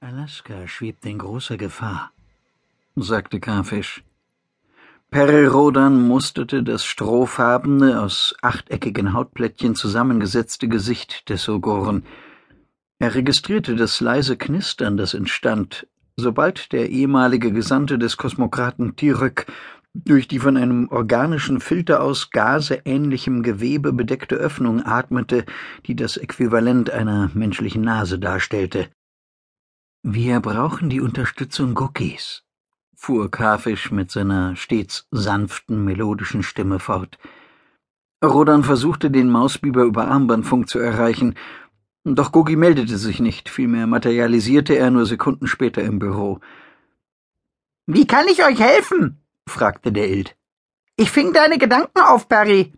Alaska schwebt in großer Gefahr, sagte Karfisch. Perry Rhodan musterte das strohfarbene, aus achteckigen Hautplättchen zusammengesetzte Gesicht des Sogoren. Er registrierte das leise Knistern, das entstand, sobald der ehemalige Gesandte des Kosmokraten Tirek durch die von einem organischen Filter aus gaseähnlichem Gewebe bedeckte Öffnung atmete, die das Äquivalent einer menschlichen Nase darstellte. »Wir brauchen die Unterstützung Gokis«, fuhr Karfisch mit seiner stets sanften, melodischen Stimme fort. Rhodan versuchte, den Mausbiber über Armbandfunk zu erreichen, doch Goki meldete sich nicht, vielmehr materialisierte er nur Sekunden später im Büro. »Wie kann ich euch helfen?« fragte der Ild. »Ich fing deine Gedanken auf, Perry.«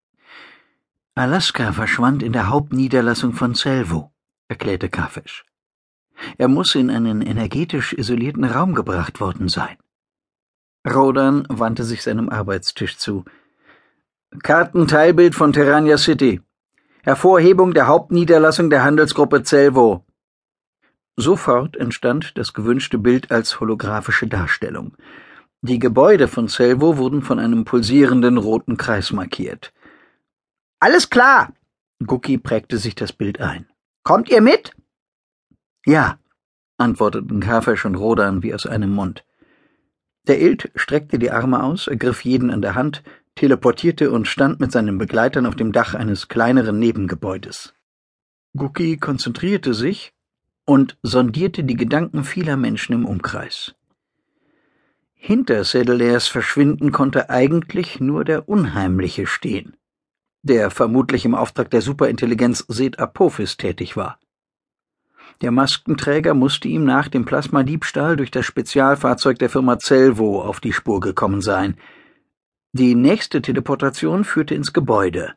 »Alaska verschwand in der Hauptniederlassung von Selvo«, erklärte Karfisch. »Er muss in einen energetisch isolierten Raum gebracht worden sein.« Rhodan wandte sich seinem Arbeitstisch zu. »Kartenteilbild von Terrania City. Hervorhebung der Hauptniederlassung der Handelsgruppe Selvo.« Sofort entstand das gewünschte Bild als holographische Darstellung. Die Gebäude von Selvo wurden von einem pulsierenden roten Kreis markiert. »Alles klar!« Goki prägte sich das Bild ein. »Kommt ihr mit?« »Ja«, antworteten Karfisch und Rhodan wie aus einem Mund. Der Ild streckte die Arme aus, ergriff jeden an der Hand, teleportierte und stand mit seinen Begleitern auf dem Dach eines kleineren Nebengebäudes. Goki konzentrierte sich und sondierte die Gedanken vieler Menschen im Umkreis. Hinter Sedelaires Verschwinden konnte eigentlich nur der Unheimliche stehen, der vermutlich im Auftrag der Superintelligenz Seth Apophis tätig war. Der Maskenträger musste ihm nach dem Plasmadiebstahl durch das Spezialfahrzeug der Firma Selvo auf die Spur gekommen sein. Die nächste Teleportation führte ins Gebäude.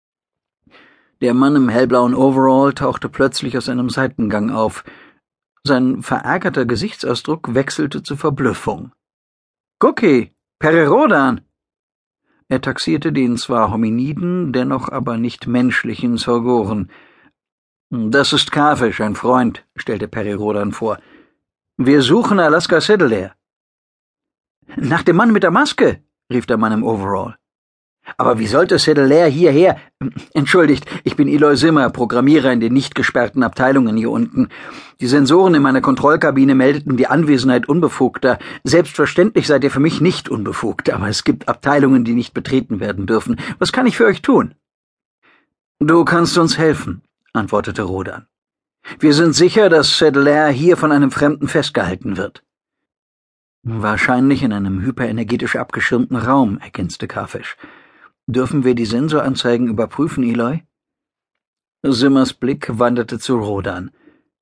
Der Mann im hellblauen Overall tauchte plötzlich aus einem Seitengang auf. Sein verärgerter Gesichtsausdruck wechselte zu Verblüffung. »Goki, Perry Rhodan!« Er taxierte den zwar hominiden, dennoch aber nicht menschlichen Sogoren. »Das ist Karfisch, ein Freund«, stellte Perry Rhodan vor. »Wir suchen Alaska Sedelaire.« »Nach dem Mann mit der Maske«, rief der Mann im Overall. »Aber wie sollte Sedelaire hierher? Entschuldigt, ich bin Eloy Simmer, Programmierer in den nicht gesperrten Abteilungen hier unten. Die Sensoren in meiner Kontrollkabine meldeten die Anwesenheit Unbefugter. Selbstverständlich seid ihr für mich nicht unbefugt, aber es gibt Abteilungen, die nicht betreten werden dürfen. Was kann ich für euch tun?« »Du kannst uns helfen«, antwortete Rhodan. »Wir sind sicher, dass Sedelaire hier von einem Fremden festgehalten wird.« »Wahrscheinlich in einem hyperenergetisch abgeschirmten Raum«, ergänzte Karfisch. »Dürfen wir die Sensoranzeigen überprüfen, Eloy?« Simmers Blick wanderte zu Rhodan.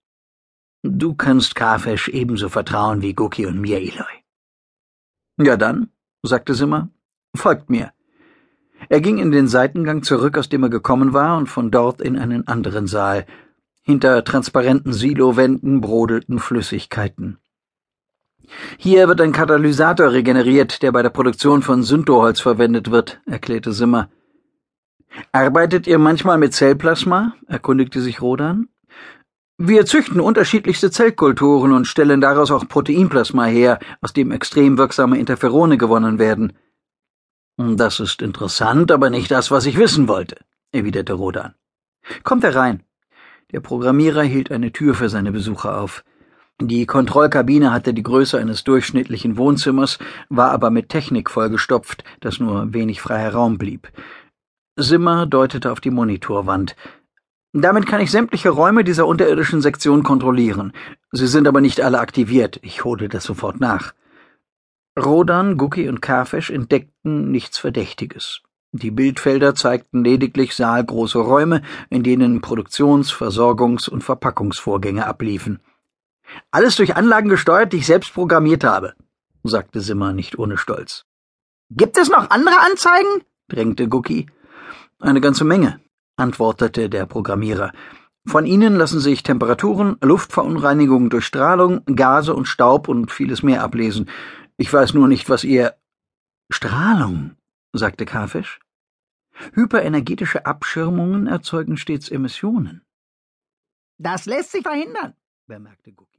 »Du kannst Karfisch ebenso vertrauen wie Goki und mir, Eloy.« »Ja dann«, sagte Simmer, »folgt mir.« Er ging in den Seitengang zurück, aus dem er gekommen war, und von dort in einen anderen Saal. Hinter transparenten Silowänden brodelten Flüssigkeiten. »Hier wird ein Katalysator regeneriert, der bei der Produktion von Synthoholz verwendet wird«, erklärte Simmer. »Arbeitet ihr manchmal mit Zellplasma?«, erkundigte sich Rhodan. »Wir züchten unterschiedlichste Zellkulturen und stellen daraus auch Proteinplasma her, aus dem extrem wirksame Interferone gewonnen werden.« »Das ist interessant, aber nicht das, was ich wissen wollte«, erwiderte Rhodan. »Kommt herein.« Der Programmierer hielt eine Tür für seine Besucher auf. Die Kontrollkabine hatte die Größe eines durchschnittlichen Wohnzimmers, war aber mit Technik vollgestopft, dass nur wenig freier Raum blieb. Simmer deutete auf die Monitorwand. »Damit kann ich sämtliche Räume dieser unterirdischen Sektion kontrollieren. Sie sind aber nicht alle aktiviert. Ich hole das sofort nach.« Rhodan, Goki und Karfisch entdeckten nichts Verdächtiges. Die Bildfelder zeigten lediglich saalgroße Räume, in denen Produktions-, Versorgungs- und Verpackungsvorgänge abliefen. »Alles durch Anlagen gesteuert, die ich selbst programmiert habe«, sagte Simmer nicht ohne Stolz. »Gibt es noch andere Anzeigen?« drängte Goki. »Eine ganze Menge«, antwortete der Programmierer. »Von ihnen lassen sich Temperaturen, Luftverunreinigungen durch Strahlung, Gase und Staub und vieles mehr ablesen. Ich weiß nur nicht, was ihr...« »Strahlung«, sagte Karfisch. »Hyperenergetische Abschirmungen erzeugen stets Emissionen.« »Das lässt sich verhindern«, bemerkte Goki.